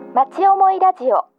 町思いラジオ。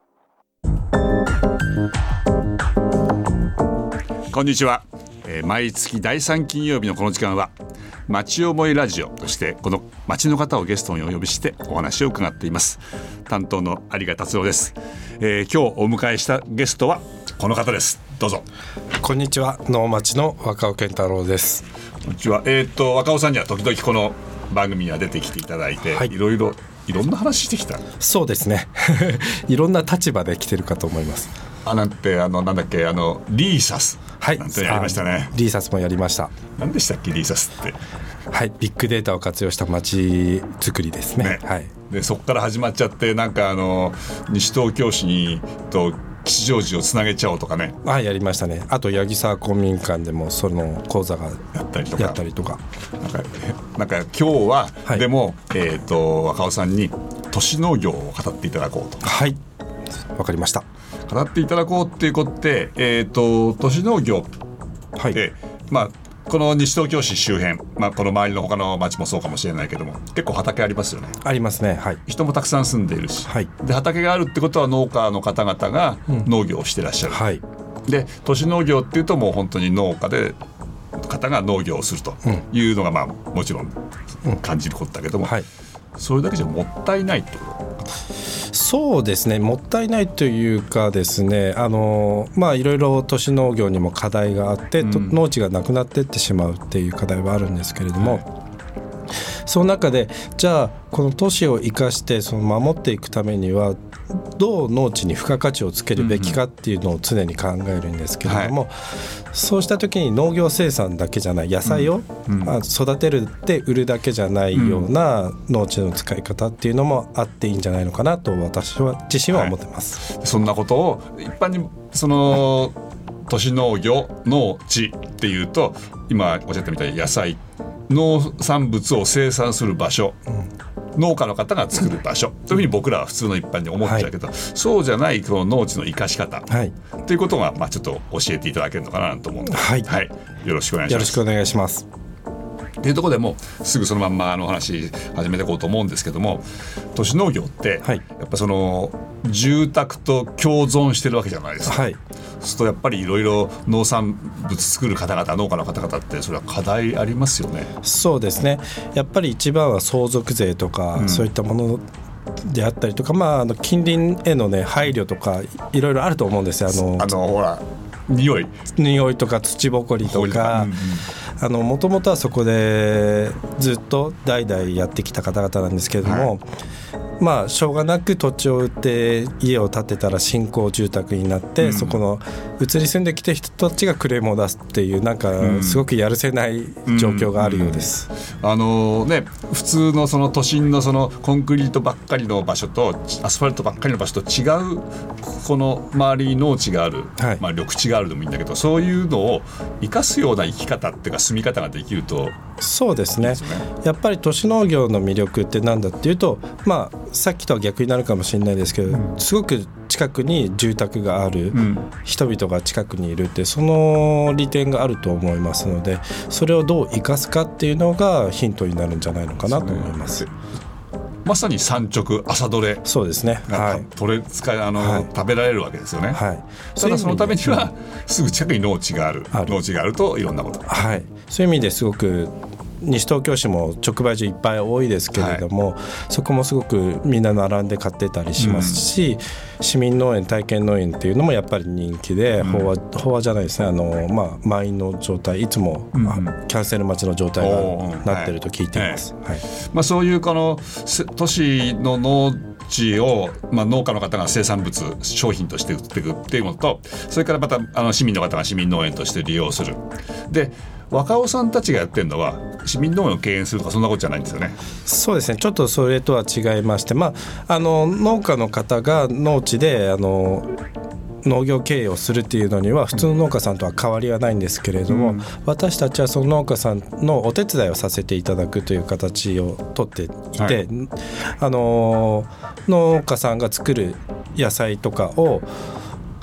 こんにちは。毎月第3金曜日のこの時間は町思いラジオとしてこの町の方をゲストにお呼びしてお話を伺っています。担当の有賀達郎です。今日お迎えしたゲストはこの方です。どうぞ。 こんにちは。能町の若尾健太郎です。 こんにちは。若尾さんには時々この番組には出てきていただいて、はい、いろんな話してきた。 そうですねいろんな立場で来てるかと思います。 なんだっけリーサス、はい、なんてやりましたね。 リーサスもやりました。 何でしたっけリーサスって。 はい、ビッグデータを活用した街づくりです ね。はい、 でそこから始まっちゃって西東京市にと吉祥寺をつなげちゃおうとかね。 はい、やりましたね。あと八木沢公民館でもその講座がやったりとかなんか今日は、はい、でも、若尾さんに都市農業を語っていただこうと。 はい、わかりました。 語っていただこうっていうことで、都市農業って、はい、この西東京市周辺、この周りの他の町もそうかもしれないけども結構畑ありますよね。 ありますね。はい、 人もたくさん住んでいるし、 はい、 で畑があるってことは農家の方々が農業をしてらっしゃる、 はい、 で都市農業っていうともう本当に農家で方が農業をするというのが、もちろん感じることだけども、はい、それだけじゃもったいないってこと。 そうですね、もったいないというかですね、いろいろ都市農業にも課題があって、農地がなくなっていってしまうっていう課題はあるんですけれども、その中でじゃあこの都市を生かして守っていくためにはどう農地に付加価値をつけるべきかっていうのを常に考えるんですけれども、そうした時に農業生産だけじゃない野菜を育てるって売るだけじゃないような農地の使い方っていうのもあっていいんじゃないのかなと私は自身は思ってます。 そんなことを一般に都市農業農地っていうと今おっしゃったみたいに野菜農産物を生産する場所、農家の方が作る場所というふうに僕らは普通の一般に思っちゃうけど、そうじゃないこの農地の生かし方、ということがちょっと教えていただけるのかなと思うので、よろしくお願いします。 よろしくお願いします。 というところでもうすぐそのまんま話始めていこうと思うんですけども、都市農業って、やっぱ住宅と共存してるわけじゃないですか。そうするとやっぱりいろいろ農産物作る方々農家の方々ってそれは課題ありますよね。 そうですね、やっぱり一番は相続税とか、そういったものであったりとか、近隣への、配慮とかいろいろあると思うんですよ。 ほら匂いとか土ぼこりとか、もともとはそこでずっと代々やってきた方々なんですけれども、しょうがなく土地を売って家を建てたら新興住宅になって、そこの移り住んできた人たちがクレームを出すっていうすごくやるせない状況があるようです。 普通の都心のコンクリートばっかりの場所とアスファルトばっかりの場所と違うこの周りに農地がある、緑地があるでもいいんだけど、そういうのを生かすような生き方っていうか住み方ができると。 そうですね、やっぱり都市農業の魅力って何だっていうと、さっきとは逆になるかもしれないですけど、すごく近くに住宅がある、人々が近くにいるってその利点があると思いますので、それをどう生かすかっていうのがヒントになるんじゃないのかなと思います。 まさに産直朝どれ、 そうですね、 食べられるわけですよね。ただそのためにはすぐ近くに農地があるといろんなこと、 そういう意味ですごく西東京市も直売所いっぱい多いですけれども、そこもすごくみんな並んで買ってたりしますし、市民農園体験農園っていうのもやっぱり人気で、飽和じゃないですね、満員の状態、いつも、キャンセル待ちの状態になってると聞いています。 そういうこの都市の農地を、農家の方が生産物商品として売っていくっていうのと、それからまた市民の方が市民農園として利用する。で若尾さんたちがやってるのは市民農園を敬遠するとかそんなことじゃないんですよね。 そうですね、ちょっとそれとは違いまして、農家の方が農地で農業経営をするっていうのには普通の農家さんとは変わりはないんですけれども、私たちはその農家さんのお手伝いをさせていただくという形をとっていて、農家さんが作る野菜とかを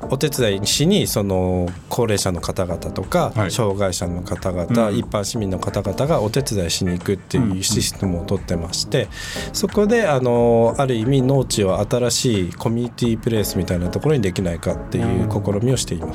お手伝いしにその高齢者の方々とか、 はい、 障害者の方々、一般市民の方々がお手伝いしに行くっていうシステムを取ってまして、そこである意味農地を新しいコミュニティプレイスみたいなところにできないかっていう試みをしています。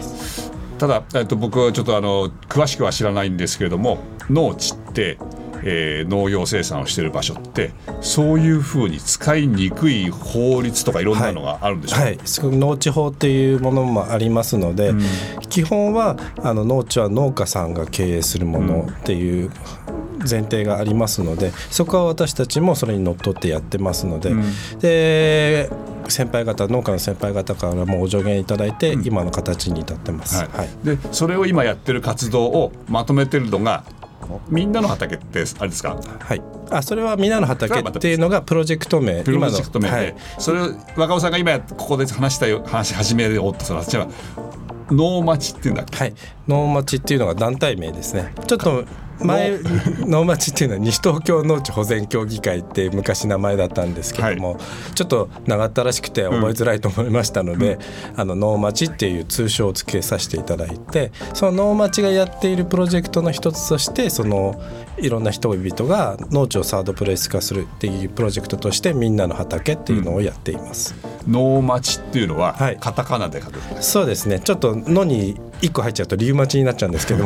ただ、僕はちょっと詳しくは知らないんですけれども、農地って、農業生産をしている場所ってそういうふうに使いにくい法律とかいろんなのがあるんでしょうか。 はいはい、農地法っていうものもありますので、基本は農地は農家さんが経営するものっていう前提がありますので、そこは私たちもそれにのっとってやってますので、で先輩方、農家の先輩方からもお助言いただいて、今の形に至ってます。はいはい、 でそれを今やってる活動をまとめてるのがみんなの畑ってあれですか。 はい、それはみんなの畑っていうのがプロジェクト名。 プロジェクト名で、はい、それを若尾さんが今ここで話し始めようとする話は農町っていうんだっけ。 はい、農町っていうのが団体名ですね。ちょっと前農町っていうのは西東京農地保全協議会って昔名前だったんですけども、はい、ちょっと長ったらしくて覚えづらいと思いましたので、農町っていう通称を付けさせていただいて、その農町がやっているプロジェクトの一つとして、そのいろんな人々が農地をサードプレイス化するっていうプロジェクトとしてみんなの畑っていうのをやっています。 農町っていうのはカタカナで書くんですか。 そうですね。ちょっと野に1個入っちゃうとリウマチになっちゃうんですけども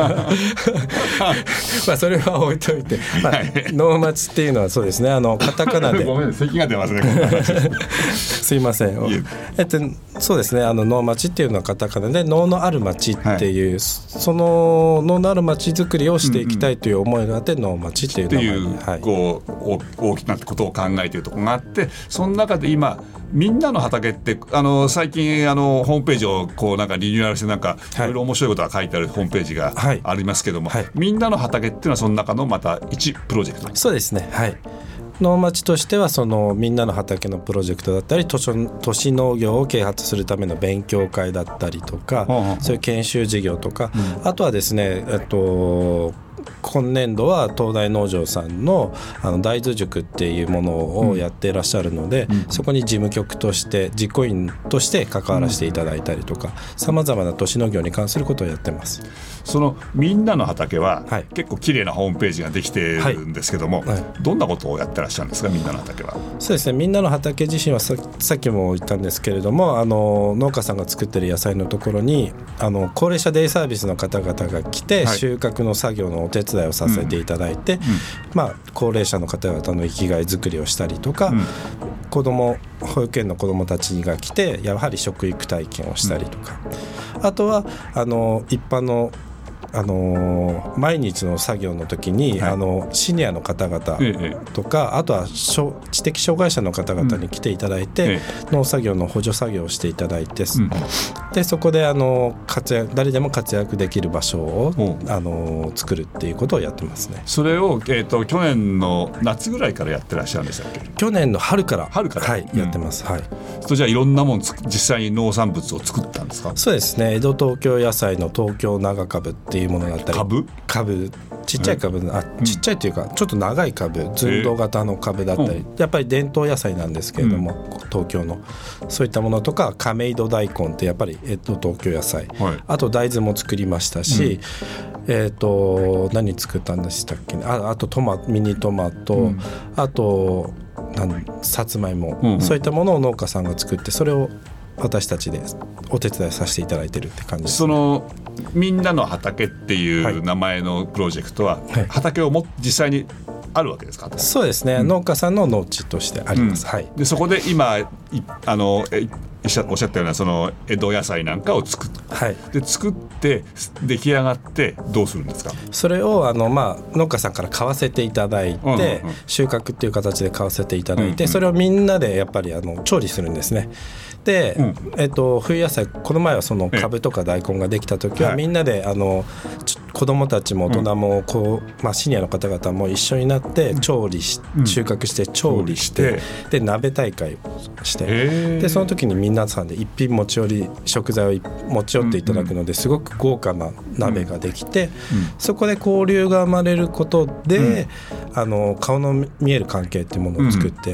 まあそれは置いといて、農町っていうのはそうですね、カタカナでごめん、咳が出ますねすいません。そうですね、農町っていうのはカタカナで、農のある町っていう、その農のある町づくりをしていきたいという思いがあって、農町っていう名前に、はい、 こう大きなことを考えているところがあって、その中で今みんなの畑って最近ホームページをこうなんかリニューアルして、なんかいろいろ面白いことが書いてあるホームページがありますけども、はいはい、みんなの畑っていうのはその中のまた一プロジェクト。 そうですね、はい。農町としてはそのみんなの畑のプロジェクトだったり、都市農業を啓発するための勉強会だったりとか、そういう研修事業とか、あとはですね、今年度は東大農場さんの大豆塾っていうものをやっていらっしゃるので、そこに事務局として実行委員として関わらせていただいたりとか、さまざまな都市農業に関することをやってます。 そのみんなの畑は、はい、結構綺麗なホームページができているんですけども、はいはい、どんなことをやってらっしゃるんですか、みんなの畑は。 そうですね、みんなの畑自身は さっきも言ったんですけれども、農家さんが作ってる野菜のところに高齢者デイサービスの方々が来て、はい、収穫の作業のお手伝いをさせていただいて、高齢者の方々の生きがい作りをしたりとか、保育園の子どもたちが来てやはり食育体験をしたりとか、あとは一般の毎日の作業の時に、シニアの方々とか、あとは知的障害者の方々に来ていただいて、農作業の補助作業をしていただいて、でそこで誰でも活躍できる場所を作るっていうことをやってますね。 それを、去年の夏ぐらいからやってらっしゃるんでしたっけ。 去年の春から、はい、やってます、はい。 じゃあいろんなもの実際に農産物を作ったんですか。 そうですね、江戸東京野菜の東京長株っていうものだったり、株ちっちゃい株、ちっちゃいというかちょっと長い株、寸胴型の株だったり、やっぱり伝統野菜なんですけれども、東京のそういったものとか、亀戸大根ってやっぱり江戸東京野菜、あと大豆も作りましたし、何作ったんでしたっけね、あとミニトマト、あとさつまいも、そういったものを農家さんが作って、それを私たちでお手伝いさせていただいてるって感じです。 そのみんなの畑っていう名前のプロジェクトは、畑を実際にあるわけですか。 そうですね、農家さんの農地としてあります、はい。 でそこで今おっしゃったようなその江戸野菜なんかを作って出来上がってどうするんですか。 それを農家さんから買わせていただいて、収穫っていう形で買わせていただいて、それをみんなでやっぱり調理するんですね。で、冬野菜、この前はその株とか大根ができた時は、みんなで子どもたちも大人もシニアの方々も一緒になって収穫して調理して、で鍋大会をして、でその時に皆さんで一品食材を持ち寄っていただくので、すごく豪華な鍋ができて、そこで交流が生まれることで、顔の見える関係っていうものを作って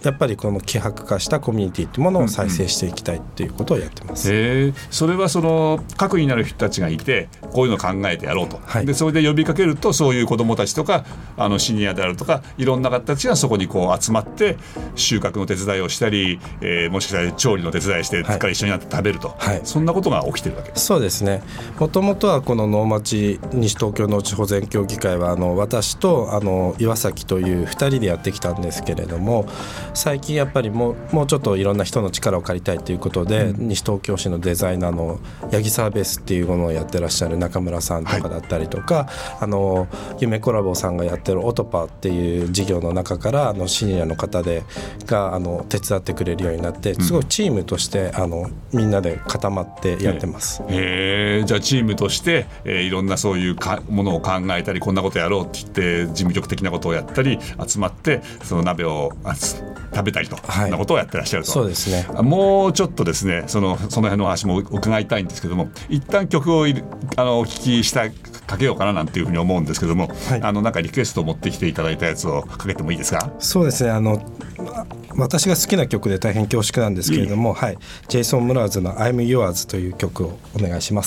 やっぱりこの希薄化したコミュニティというものを再生していきたいということをやってます。 それはその核になる人たちがいてこういうのを考えてやろうと、 はい、 でそれで呼びかけるとそういう子どもたちとかシニアであるとかいろんな方たちがそこにこう集まって収穫の手伝いをしたり、もしかしたら調理の手伝いをして、一緒になって食べると、はい、そんなことが起きてるわけです。 そうですね。もともとはこの能町西東京農地保全協議会は私と岩崎という2人でやってきたんですけれども、最近やっぱりもうちょっといろんな人の力を借りたいということで、西東京市のデザイナーの八木沢ベースっていうものをやってらっしゃる中村さんとかだったりとか、夢コラボさんがやってるオトパっていう事業の中からシニアの方が手伝ってくれるようになって、すごいチームとしてみんなで固まってやってます。 じゃあチームとして、いろんなそういうものを考えたりこんなことやろうって言って事務局的なことをやったり集まってその鍋を食べたりと、そんなことをやってらっしゃると。 そうですね。 もうちょっとですねその辺の話も伺いたいんですけども、一旦曲をお聞きかけようかななんていうふうに思うんですけども、はい、なんかリクエストを持ってきていただいたやつをかけてもいいですか？ そうですね。私が好きな曲で大変恐縮なんですけれども、はい、ジェイソン・ムラーズの I'm Yours という曲をお願いします。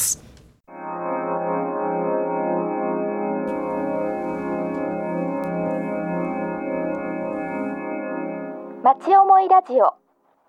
町思いラジオ。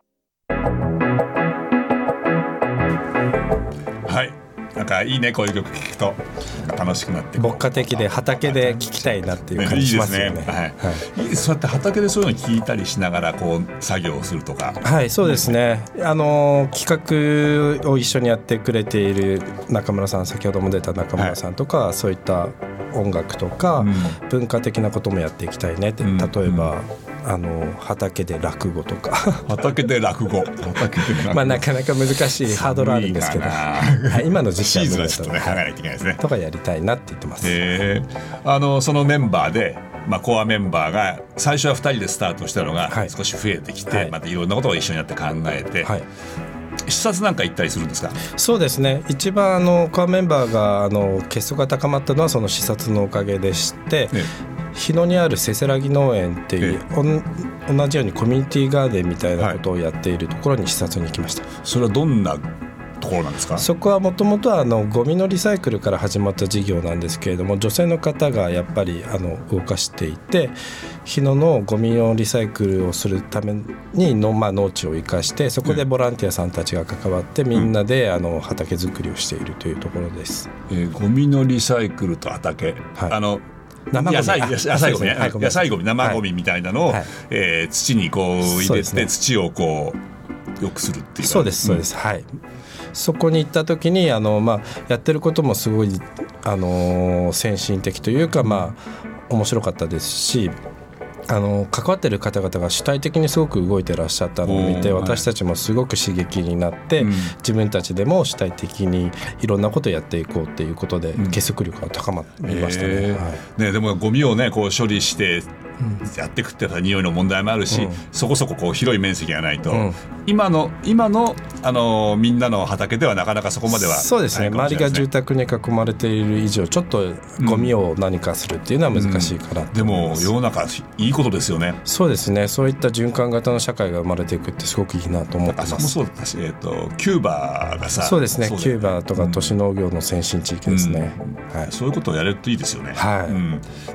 はい、なんかいいね、こういう曲聴くと楽しくなって牧歌的で畑で聴きたいなっていう感じしますよね。 いいですね。はいはい、いいです。そうやって畑でそういうの聴いたりしながらこう作業をするとか。 はい、そうですね。企画を一緒にやってくれている中村さん、先ほども出た中村さんとか、はい、そういった音楽とか、文化的なこともやっていきたいねって、例えば、畑で落語とか畑で落語まあなかなか難しいハードルあるんですけど、はい、今の時期はシーズンはちょっとね考えないといけないですねとかやりたいなって言ってます。 そのメンバーで、コアメンバーが最初は2人でスタートしたのが少し増えてきて、はい、またいろんなことを一緒にやって考えて、はい、視察なんか行ったりするんですか？ そうですね。一番コアメンバーが結束が高まったのはその視察のおかげでして、日野にあるせせらぎ農園っていう、同じようにコミュニティガーデンみたいなことをやっているところに視察に行きました。 それはどんなところなんですか？ そこはもともとはゴミのリサイクルから始まった事業なんですけれども、女性の方がやっぱり動かしていて、日野のゴミのリサイクルをするために農地を生かして、そこでボランティアさんたちが関わってみんなで畑作りをしているというところです。 ゴミのリサイクルと畑、はい、野菜ゴミ、野菜ゴミ、生ゴミみたいなのを、土にこう入れて、土をこう良くするっていう。 そうですそうです、はい。そこに行った時にやってることもすごい先進的というか、面白かったですし、関わってる方々が主体的にすごく動いてらっしゃったのを見て、私たちもすごく刺激になって、自分たちでも主体的にいろんなことをやっていこうっていうことで、結束力が高まりましたね。 でもゴミをねこう処理してやっていくってやったら匂いの問題もあるし、そこそここう広い面積がないと、今のみんなの畑ではなかなかそこまでは。 そうですね。周りが住宅に囲まれている以上、ちょっとゴミを何かするっていうのは難しいかなと思います。 でも世の中いいことですよね。 そうですね。そういった循環型の社会が生まれていくってすごくいいなと思ってます。 もそうだし、キューバがさ。 そうですね。キューバとか都市農業の先進地域ですね。 そういうことをやれるといいですよね。 はい。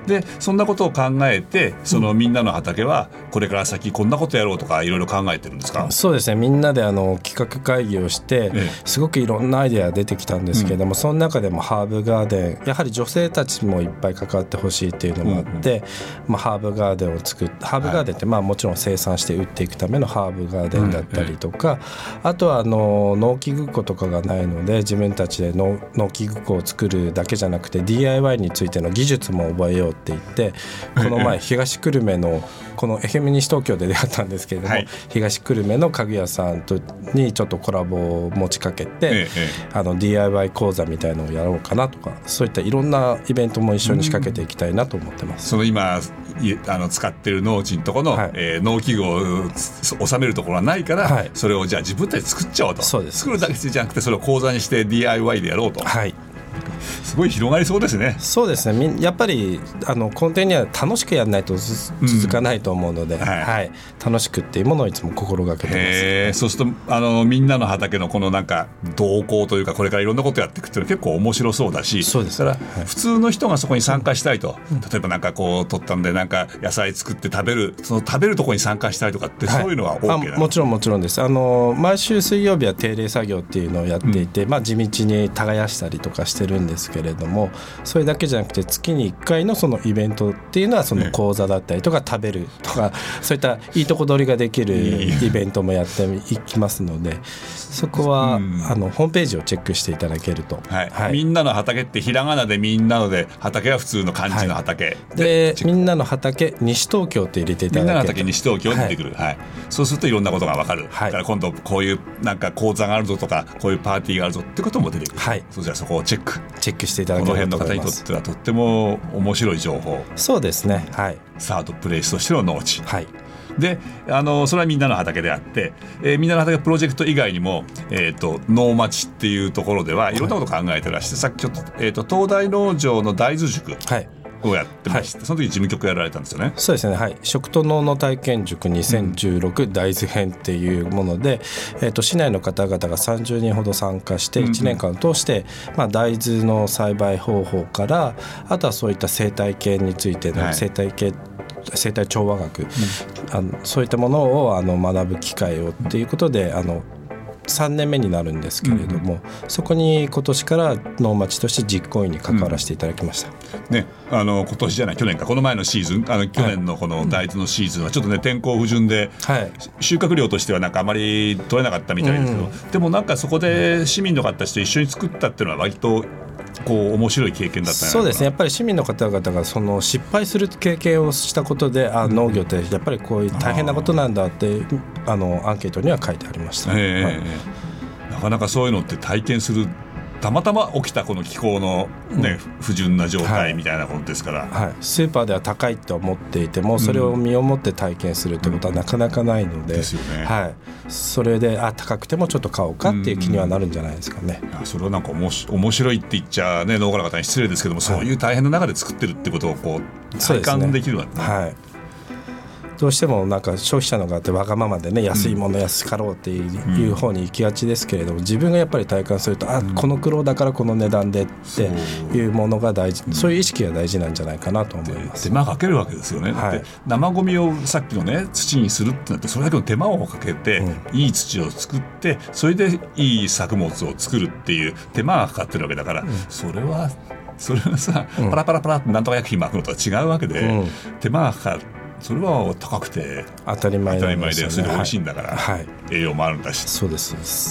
でそんなことを考えて、そのみんなの畑はこれから先こんなことやろうとかいろいろ考えてるんですか？ そうですね。みんなで企画会議をして、すごくいろんなアイデア出てきたんですけれども、その中でもハーブガーデン、やはり女性たちもいっぱい関わってほしいっていうのもあって、ハーブガーデンを作って、ハーブガーデンってもちろん生産して売っていくためのハーブガーデンだったりとか、あとは農機具庫とかがないので、自分たちで農機具庫を作るだけじゃなくて DIY についての技術も覚えようって言って、この前東久留米のこの FM 西東京で出会ったんですけれども、東久留米の家具屋さんにちょっとコラボを持ちかけて、DIY 講座みたいのをやろうかなとか、そういったいろんなイベントも一緒に仕掛けていきたいなと思ってます。 その今使ってる農地のところの、農機具を収めるところはないから、それをじゃあ自分たちで作っちゃおうと。 そうです。 作るだけじゃなくてそれを講座にして DIY でやろうと。 はい。 すごい広がりそうですね。 そうですね。やっぱり根底には楽しくやらないと続かないと思うので、楽しくっていうものをいつも心がけてます。 そうするとみんなの畑のこのなんか動向というか、これからいろんなことやっていくっていうのは結構面白そうだし、 そうです。 だから普通の人がそこに参加したいと、例えばなんかこう取ったんでなんか野菜作って食べる、その食べるところに参加したいとかって、そういうのは OK なの？ もちろんです。毎週水曜日は定例作業っていうのをやっていて、地道に耕したりとかしてるんですけれども、それだけじゃなくて月に1回のそのイベントっていうのはその講座だったりとか食べるとか、そういったいいとこ取りができるイベントもやっていきますので、そこはホームページをチェックしていただけると、 みんなの畑ってひらがなでみんなので、畑は普通の漢字の畑、 でみんなの畑西東京って入れていただけると、 みんなの畑西東京に出てくる、そうするといろんなことが分かる、だから今度こういうなんか講座があるぞとか、こういうパーティーがあるぞってことも出てくる、そうじゃあそこをチェックしていただければと思います。この辺の方にとってはとっても面白い情報。 そうですね、 サードプレイスとしての農地、でそれはみんなの畑であって、みんなの畑プロジェクト以外にも、農町っていうところではいろんなことを考えてらして、さっきちょっと、東大農場の大豆塾をやってまして、その時事務局やられたんですよね。 そうですね、食と農の体験塾2016大豆編っていうもので、市内の方々が30人ほど参加して1年間を通して、大豆の栽培方法から、あとはそういった生態系についての生態調和学、そういったものを学ぶ機会をっていうことで3年目になるんですけれども、そこに今年から農町として実行委員に関わらせていただきました、 今年じゃない去年か、この前のシーズン、去年のこの大豆のシーズンはちょっとね天候不順で、収穫量としてはなんかあまり取れなかったみたいですけど、でもなんかそこで市民の方たちと一緒に作ったっていうのは割とこう面白い経験だったんじゃないかな。 そうですね、やっぱり市民の方々がその失敗する経験をしたことで、農業ってやっぱりこういう大変なことなんだってアンケートには書いてありました、 なかなかそういうのって体験する、たまたま起きたこの気候の、不純な状態みたいなことですから、 スーパーでは高いと思っていても、それを身をもって体験するってことはなかなかないので、 ですよね、 それで高くてもちょっと買おうかっていう気にはなるんじゃないですかね。 それはなんか面白いって言っちゃ、農家の方に失礼ですけども、そういう大変な中で作ってるってことをこう体感できるわけね。 どうしてもなんか消費者の方ってわがままでね、安いもの安かろうっていう方に行きがちですけれども、自分がやっぱり体感すると、この苦労だからこの値段でっていうものが大事、そういう意識が大事なんじゃないかなと思います。 手間かけるわけですよね、だって生ゴミをさっきのね土にするってなって、それだけの手間をかけて、いい土を作って、それでいい作物を作るっていう手間がかかってるわけだから、それはさ、パラパラパラってなんとか薬品巻くのとは違うわけで、手間がかかる、それは高くて当たり前で安いで美味しいんだから、栄養もあるんだし。 そうです。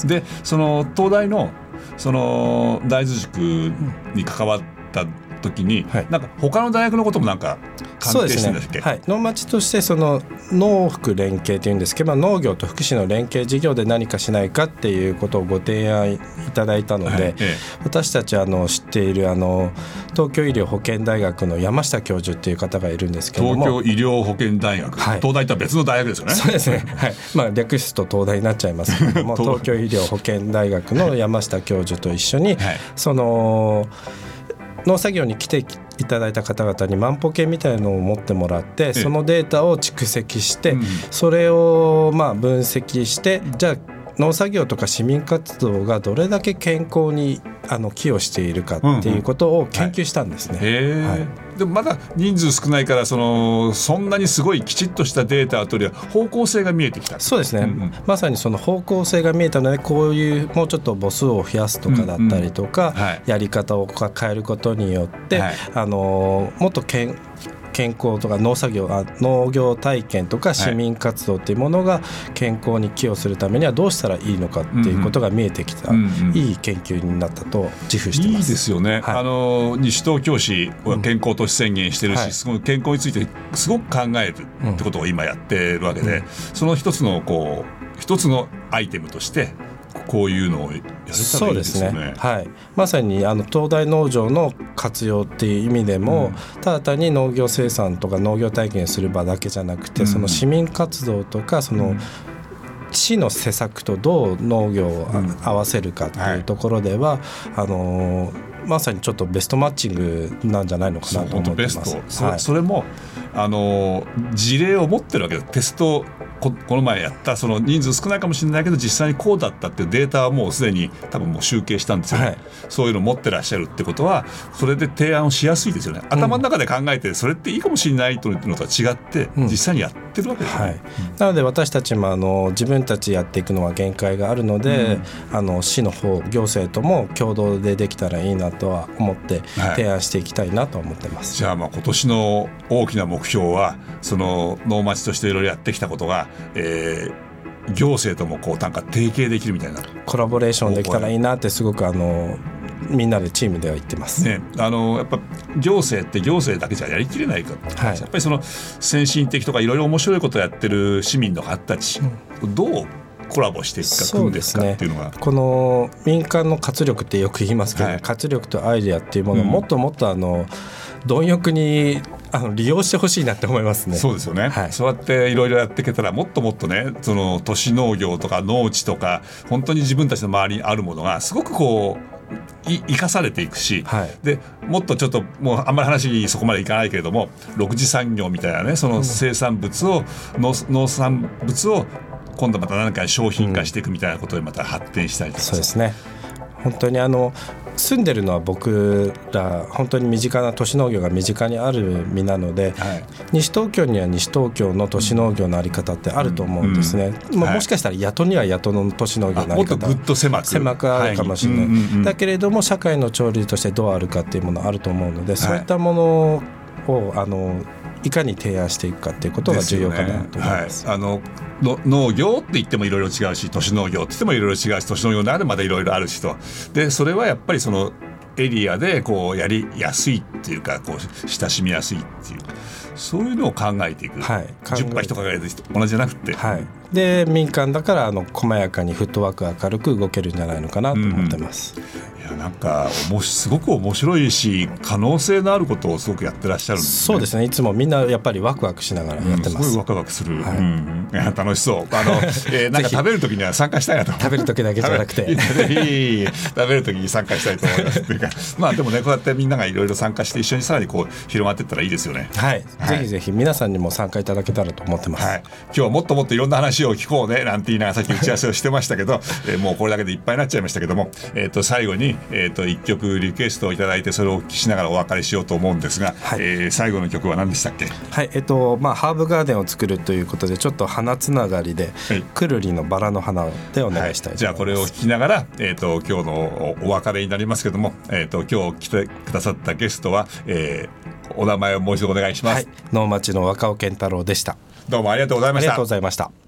でその東大のその大豆塾に関わった時に、なんか他の大学のこともなんか関係してるんですっけ？ 農町としてその農福連携というんですけど、農業と福祉の連携事業で何かしないかっていうことをご提案いただいたので、私たち知っている東京医療保健大学の山下教授っていう方がいるんですけども、 東京医療保健大学、東大とは別の大学ですよね。 そうですね、略すと東大になっちゃいますけども東京医療保健大学の山下教授と一緒に、その農作業に来ていただいた方々に万歩計みたいなのを持ってもらって、そのデータを蓄積して、それを分析して、じゃあ農作業とか市民活動がどれだけ健康に寄与しているかっていうことを研究したんですね。 でもまだ人数少ないから、そんなにすごいきちっとしたデータというよりは方向性が見えてきた。 そうですね、まさにその方向性が見えたので、こういうもうちょっと母数を増やすとかだったりとか、やり方を変えることによって、もっと健康とか農業体験とか市民活動というものが健康に寄与するためにはどうしたらいいのかっていうことが見えてきた、いい研究になったと自負しています。 いいですよね、西東京市は健康都市宣言してるし、その健康についてすごく考えるってことを今やってるわけで、その一つのアイテムとしてこういうのをやれたらいいですよね。そうですね、 まさに東大農場の活用っていう意味でも、ただ単に農業生産とか農業体験する場だけじゃなくて、その市民活動とかその市の施策とどう農業を合わせるかっていうところでは、 まさにちょっとベストマッチングなんじゃないのかなと思ってます。 ベスト、それも事例を持ってるわけです。テストこの前やったその人数少ないかもしれないけど実際にこうだったっていうデータはもうすでに多分もう集計したんですよね、そういうのを持ってらっしゃるってことはそれで提案をしやすいですよね。頭の中で考えてそれっていいかもしれないというのとは違って実際にやってるわけですよね、 なので私たちも自分たちやっていくのは限界があるので、市の方行政とも共同でできたらいいなとは思って提案していきたいなと思ってます、 じゃあ今年の大きな目標はその能町としていろいろやってきたことが行政ともなんか提携できるみたいなコラボレーションできたらいいなってすごくみんなでチームでは言ってます、 やっぱ行政って行政だけじゃやりきれないから、やっぱりその先進的とかいろいろ面白いことをやってる市民の方たち、どうコラボしていくか組んでいくかっていうのが、 この民間の活力ってよく言いますけど、活力とアイデアっていうものをもっともっと貪欲に利用してほしいなって思いますね。 そうですよね、そうやっていろいろやっていけたらもっともっとねその都市農業とか農地とか本当に自分たちの周りにあるものがすごく生かされていくし、でもっとちょっともうあんまり話そこまでいかないけれども6次産業みたいなねその生産物を、農産物を今度また何か商品化していくみたいなことでまた発展したりとか、 そうですね。本当に住んでるのは僕ら本当に身近な都市農業が身近にある身なので、西東京には西東京の都市農業のあり方ってあると思うんですね、もしかしたら谷戸には谷戸の都市農業のあり方もっとぐっと狭くあるかもしれない、だけれども社会の潮流としてどうあるかっていうものあると思うので、そういったものをいかに提案していくかっていうことが重要かなと思います。 農業って言ってもいろいろ違うし都市農業って言ってもいろいろ違うし都市農業の中でまだいろいろあるしと、でそれはやっぱりそのエリアでやりやすいっていうか親しみやすいっていうそういうのを考えていく、10羽一かがれで同じじゃなくて、 で民間だから細やかにフットワーク明るく動けるんじゃないのかなと思ってます、 いやなんかすごく面白いし可能性のあることをすごくやってらっしゃるんですね。 そうですね。いつもみんなやっぱりワクワクしながらやってます、 すごいワクワクする、いや楽しそうなんか食べる時には参加したいなと食べる時だけじゃなくて食べる時に参加したいと思いますっていうかでもねこうやってみんながいろいろ参加して一緒にさらに広がっていったらいいですよね。 ぜひぜひ皆さんにも参加いただけたらと思ってます、 今日はもっともっといろんな話を聞こうねなんて言いながらさっき打ち合わせをしてましたけどもうこれだけでいっぱいになっちゃいましたけども、最後に、1曲リクエストをいただいてそれをお聞きしながらお別れしようと思うんですが、最後の曲は何でしたっけ。 ハーブガーデンを作るということでちょっと花つながりで、くるりのバラの花でお願いしたいと思います、 じゃあこれを聞きながら、今日のお別れになりますけども、今日来てくださったゲストは、お名前をもう一度お願いします。 能町の若尾健太郎でした。 どうもありがとうございました。 ありがとうございました。